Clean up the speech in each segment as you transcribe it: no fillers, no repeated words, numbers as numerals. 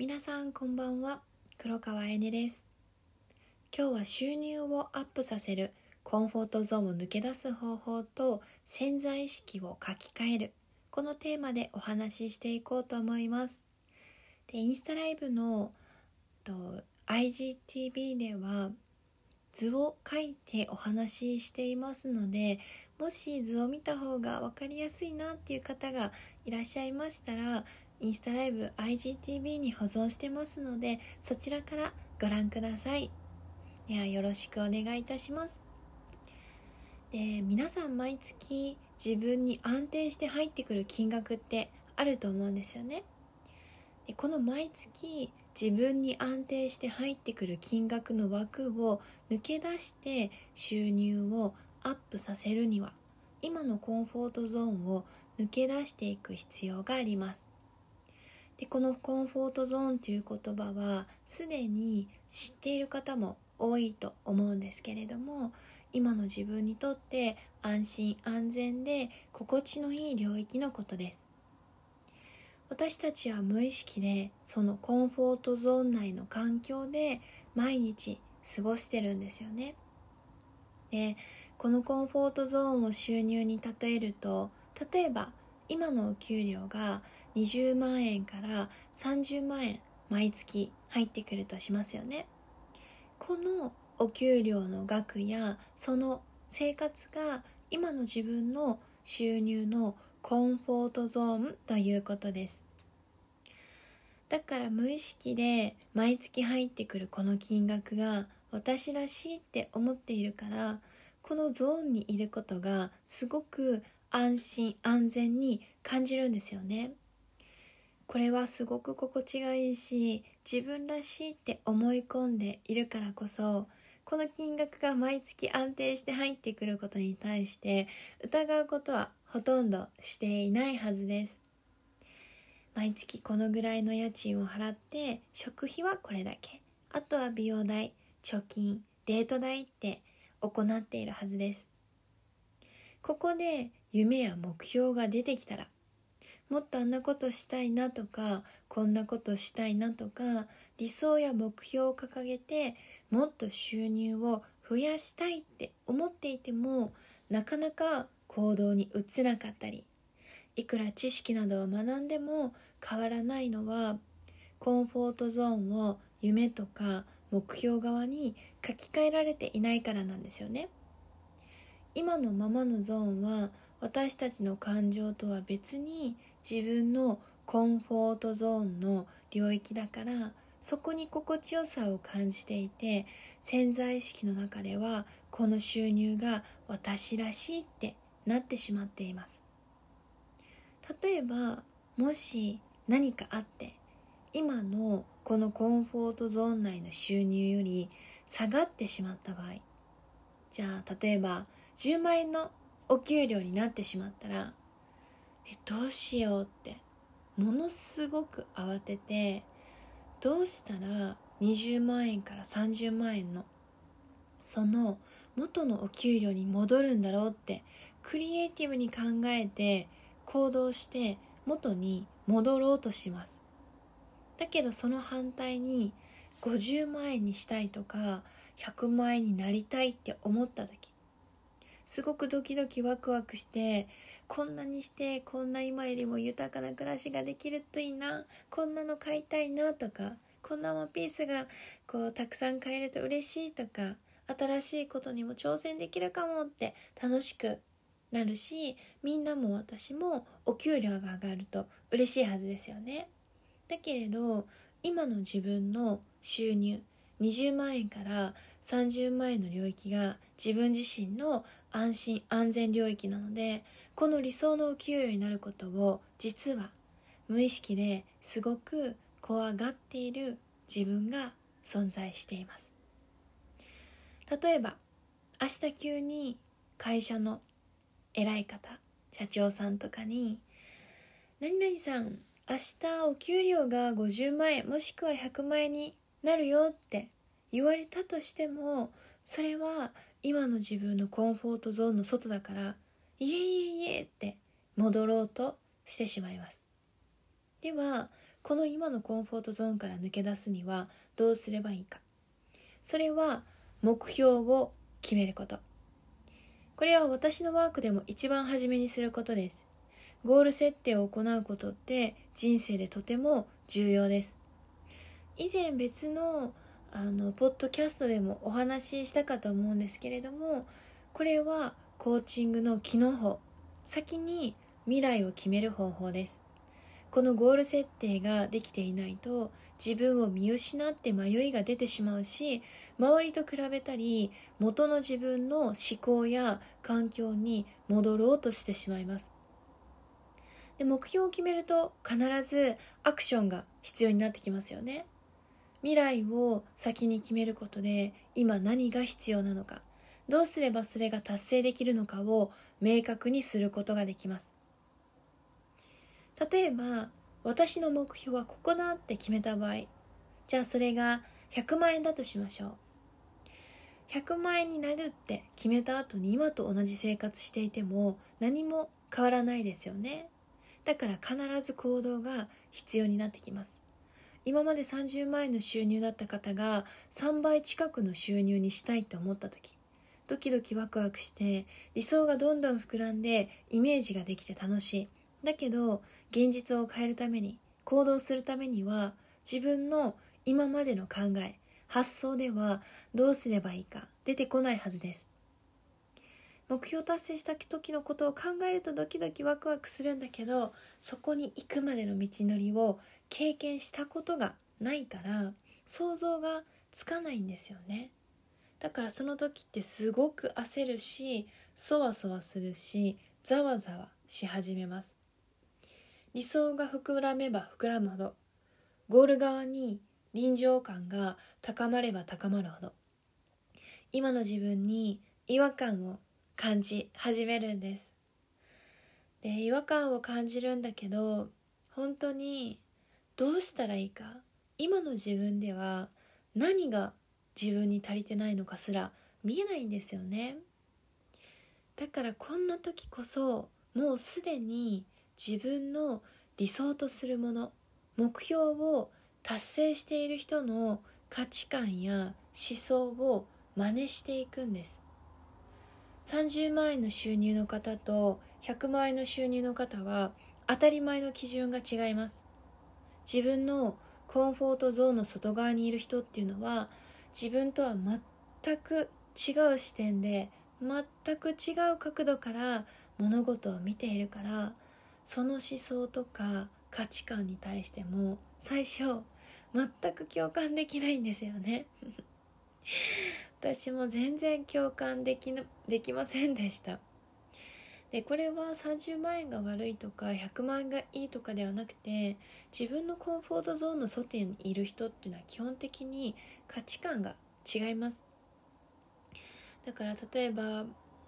皆さんこんばんは、黒川あやねです。今日は収入をアップさせるコンフォートゾーンを抜け出す方法と潜在意識を書き換える、このテーマでお話ししていこうと思います。で、インスタライブのIGTV では図を書いてお話ししていますので、もし図を見た方が分かりやすいなっていう方がいらっしゃいましたら、インスタライブ IGTV に保存してますので、そちらからご覧ください。ではよろしくお願いいたします。で、皆さん毎月自分に安定して入ってくる金額ってあると思うんですよね。で、この毎月自分に安定して入ってくる金額の枠を抜け出して収入をアップさせるには、今のコンフォートゾーンを抜け出していく必要があります。で、このコンフォートゾーンという言葉はすでに知っている方も多いと思うんですけれども、今の自分にとって安心安全で心地のいい領域のことです。私たちは無意識でそのコンフォートゾーン内の環境で毎日過ごしてるんですよね。で、このコンフォートゾーンを収入に例えると、例えば今のお給料が20万円から30万円毎月入ってくるとしますよね。このお給料の額やその生活が今の自分の収入のコンフォートゾーンということです。だから無意識で毎月入ってくるこの金額が私らしいって思っているから、このゾーンにいることがすごく安心安全に感じるんですよね。これはすごく心地がいいし、自分らしいって思い込んでいるからこそ、この金額が毎月安定して入ってくることに対して疑うことはほとんどしていないはずです。毎月このぐらいの家賃を払って、食費はこれだけ、あとは美容代、貯金、デート代って行っているはずです。ここで夢や目標が出てきたら、もっとあんなことしたいなとか、こんなことしたいなとか、理想や目標を掲げてもっと収入を増やしたいって思っていても、なかなか行動に移らなかったり、いくら知識などを学んでも変わらないのは、コンフォートゾーンを夢とか目標側に書き換えられていないからなんですよね。今のままのゾーンは私たちの感情とは別に自分のコンフォートゾーンの領域だから、そこに心地よさを感じていて、潜在意識の中ではこの収入が私らしいってなってしまっています。例えばもし何かあって今のこのコンフォートゾーン内の収入より下がってしまった場合、じゃあ例えば10万円のお給料になってしまったら、どうしようってものすごく慌てて、どうしたら20万円から30万円のその元のお給料に戻るんだろうってクリエイティブに考えて行動して元に戻ろうとします。だけどその反対に50万円にしたいとか100万円になりたいって思った時、すごくドキドキワクワクして、こんなにしてこんな今よりも豊かな暮らしができるといいな、こんなの買いたいなとか、こんなワンピースがたくさん買えると嬉しいとか、新しいことにも挑戦できるかもって楽しくなるし、みんなも私もお給料が上がると嬉しいはずですよね。だけれど今の自分の収入20万円から30万円の領域が自分自身の安心安全領域なので、この理想のお給料になることを実は無意識ですごく怖がっている自分が存在しています。例えば明日急に会社の偉い方、社長さんとかに、何々さん明日お給料が50万円もしくは100万円になるよって言われたとしても、それは今の自分のコンフォートゾーンの外だから、いえいえいえって戻ろうとしてしまいます。ではこの今のコンフォートゾーンから抜け出すにはどうすればいいか。それは目標を決めること。これは私のワークでも一番初めにすることです。ゴール設定を行うことって人生でとても重要です。以前別のポッドキャストでもお話ししたかと思うんですけれども、これはコーチングの機能法、先に未来を決める方法です。このゴール設定ができていないと自分を見失って迷いが出てしまうし、周りと比べたり元の自分の思考や環境に戻ろうとしてしまいます。で、目標を決めると必ずアクションが必要になってきますよね。未来を先に決めることで今何が必要なのか、どうすればそれが達成できるのかを明確にすることができます。例えば私の目標はここだって決めた場合、じゃあそれが100万円だとしましょう。100万円になるって決めた後に今と同じ生活していても何も変わらないですよね。だから必ず行動が必要になってきます。今まで30万円の収入だった方が3倍近くの収入にしたいって思った時、ドキドキワクワクして理想がどんどん膨らんでイメージができて楽しい。だけど現実を変えるために、行動するためには自分の今までの考え、発想ではどうすればいいか出てこないはずです。目標達成した時のことを考えるとドキドキワクワクするんだけど、そこに行くまでの道のりを経験したことがないから想像がつかないんですよね。だからその時ってすごく焦るし、そわそわするし、ざわざわし始めます。理想が膨らめば膨らむほど、ゴール側に臨場感が高まれば高まるほど、今の自分に違和感を感じ始めるんです。で、違和感を感じるんだけど、本当にどうしたらいいか、今の自分では何が自分に足りてないのかすら見えないんですよね。だからこんな時こそもうすでに自分の理想とするもの、目標を達成している人の価値観や思想を真似していくんです。30万円の収入の方と100万円の収入の方は当たり前の基準が違います。自分のコンフォートゾーンの外側にいる人っていうのは自分とは全く違う視点で全く違う角度から物事を見ているから、その思想とか価値観に対しても最初全く共感できないんですよね私も全然共感できませんでした。で、これは30万円が悪いとか100万円がいいとかではなくて、自分のコンフォートゾーンの外にいる人っていうのは基本的に価値観が違います。だから例えば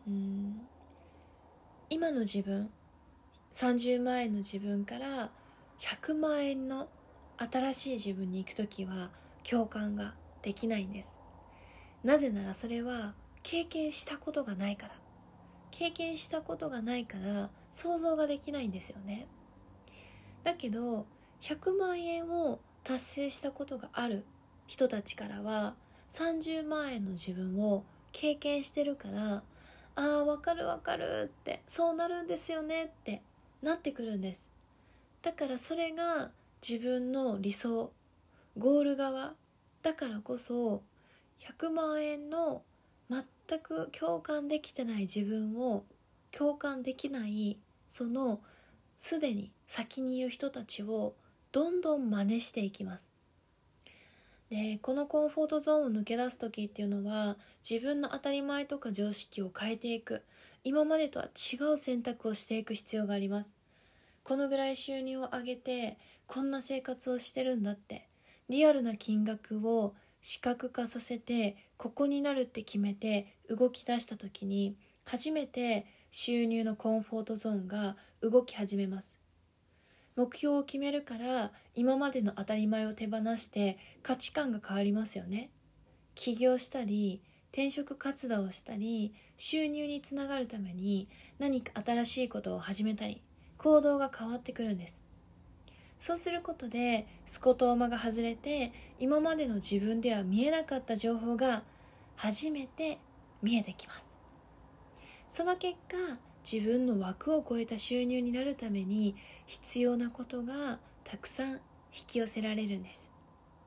今の自分、30万円の自分から100万円の新しい自分に行くときは共感ができないんです。なぜならそれは経験したことがないから。経験したことがないから想像ができないんですよね。だけど100万円を達成したことがある人たちからは30万円の自分を経験してるから、ああわかるわかるって、そうなるんですよねってなってくるんです。だからそれが自分の理想、ゴール側だからこそ、100万円の全く共感できてない自分を共感できない、そのすでに先にいる人たちをどんどん真似していきます。で、このコンフォートゾーンを抜け出す時っていうのは自分の当たり前とか常識を変えていく、今までとは違う選択をしていく必要があります。このぐらい収入を上げてこんな生活をしてるんだって、リアルな金額を視覚化させてここになるって決めて動き出した時に初めて収入のコンフォートゾーンが動き始めます。目標を決めるから今までの当たり前を手放して価値観が変わりますよね。起業したり転職活動をしたり収入につながるために何か新しいことを始めたり行動が変わってくるんです。 そうすることでスコトーマが外れて、今までの自分では見えなかった情報が初めて見えてきます。その結果、自分の枠を超えた収入になるために必要なことがたくさん引き寄せられるんです。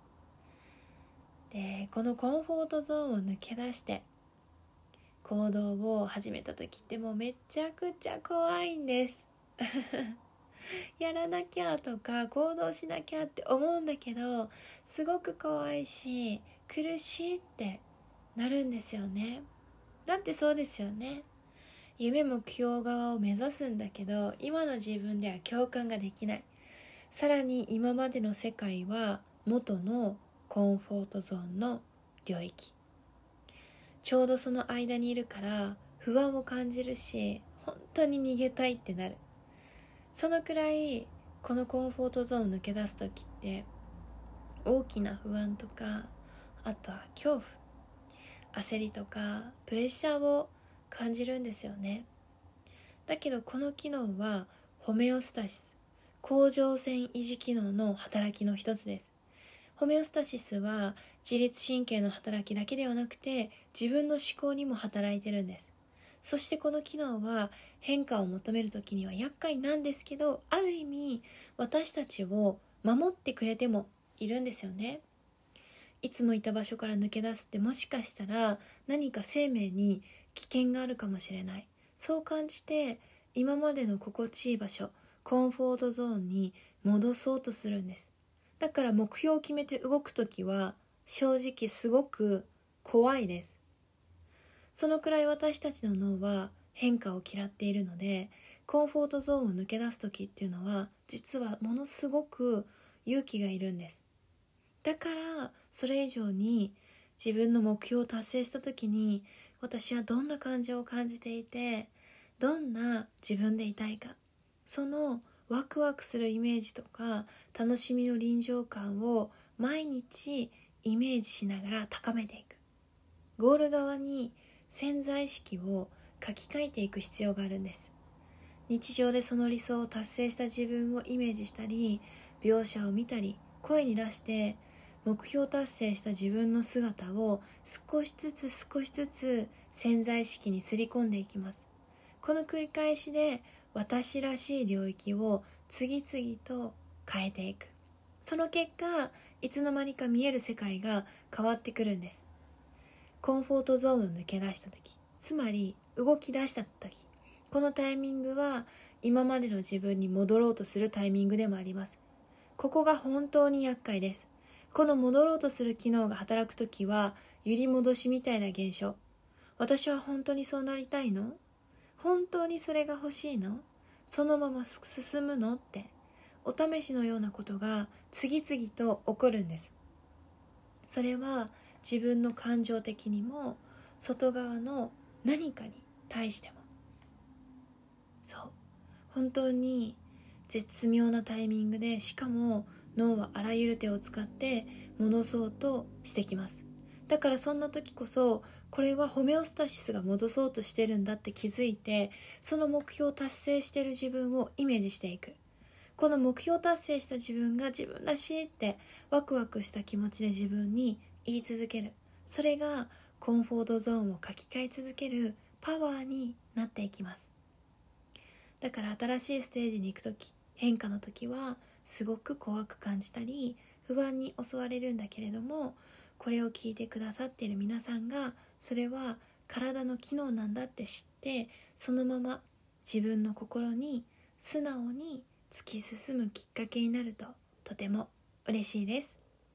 で、このコンフォートゾーンを抜け出して行動を始めた時ってもうめちゃくちゃ怖いんですやらなきゃとか行動しなきゃって思うんだけど、すごく怖いし苦しいってなるんですよね。だってそうですよね。夢目標側を目指すんだけど、今の自分では共感ができない。さらに今までの世界は元のコンフォートゾーンの領域、ちょうどその間にいるから不安を感じるし、本当に逃げたいってなる。そのくらいこのコンフォートゾーンを抜け出す時って大きな不安とか、あとは恐怖、焦りとかプレッシャーを感じるんですよね。だけどこの機能はホメオスタシス、甲状腺維持機能の働きの一つです。ホメオスタシスは自律神経の働きだけではなくて自分の思考にも働いてるんです。そしてこの機能は変化を求めるときには厄介なんですけど、ある意味私たちを守ってくれてもいるんですよね。いつもいた場所から抜け出すって、もしかしたら何か生命に危険があるかもしれない。そう感じて今までの心地いい場所、コンフォートゾーンに戻そうとするんです。だから目標を決めて動くときは正直すごく怖いです。そのくらい私たちの脳は変化を嫌っているので、コンフォートゾーンを抜け出すときっていうのは実はものすごく勇気がいるんです。だからそれ以上に自分の目標を達成した時に私はどんな感情を感じていて、どんな自分でいたいか、そのワクワクするイメージとか楽しみの臨場感を毎日イメージしながら高めていく。ゴール側に潜在意識を書き換えていく必要があるんです。日常でその理想を達成した自分をイメージしたり、描写を見たり声に出して目標達成した自分の姿を少しずつ潜在意識にすり込んでいきます。この繰り返しで私らしい領域を次々と変えていく。その結果、いつの間にか見える世界が変わってくるんです。コンフォートゾーンを抜け出した時、つまり動き出した時、このタイミングは今までの自分に戻ろうとするタイミングでもあります。ここが本当に厄介です。この戻ろうとする機能が働くときは揺り戻しみたいな現象。私は本当にそうなりたいの？本当にそれが欲しいの？そのまま進むの？ってお試しのようなことが次々と起こるんです。それは自分の感情的にも外側の何かに対してもそう本当に絶妙なタイミングで、しかも脳はあらゆる手を使って戻そうとしてきます。だからそんな時こそ、これはホメオスタシスが戻そうとしてるんだって気づいて、その目標を達成している自分をイメージしていく。この目標達成した自分が自分らしいってワクワクした気持ちで自分に言い続ける。それがコンフォートゾーンを書き換え続けるパワーになっていきます。だから新しいステージに行くとき、変化の時はすごく怖く感じたり不安に襲われるんだけれども、これを聞いてくださっている皆さんがそれは体の機能なんだって知って、そのまま自分の心に素直に突き進むきっかけになるととても嬉しいです。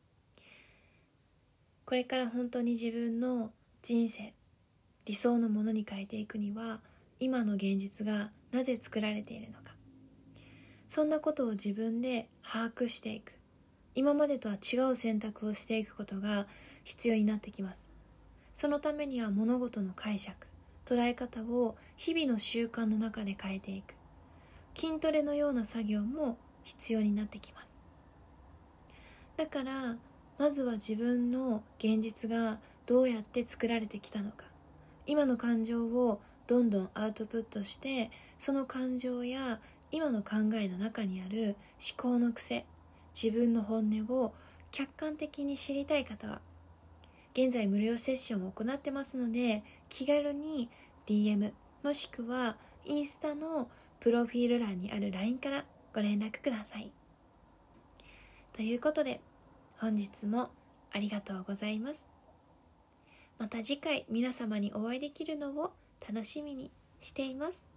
これから本当に自分の人生、理想のものに変えていくには、今の現実がなぜ作られているのか、そんなことを自分で把握していく。今までとは違う選択をしていくことが必要になってきます。そのためには物事の解釈、捉え方を日々の習慣の中で変えていく。筋トレのような作業も必要になってきます。だからまずは自分の現実がどうやって作られてきたのか、今の感情をどんどんアウトプットして、その感情や今の考えの中にある思考の癖、自分の本音を客観的に知りたい方は現在無料セッションを行ってますので、気軽に DM もしくはインスタのプロフィール欄にある LINE からご連絡ください。ということで本日もありがとうございます。また次回皆様にお会いできるのを楽しみにしています。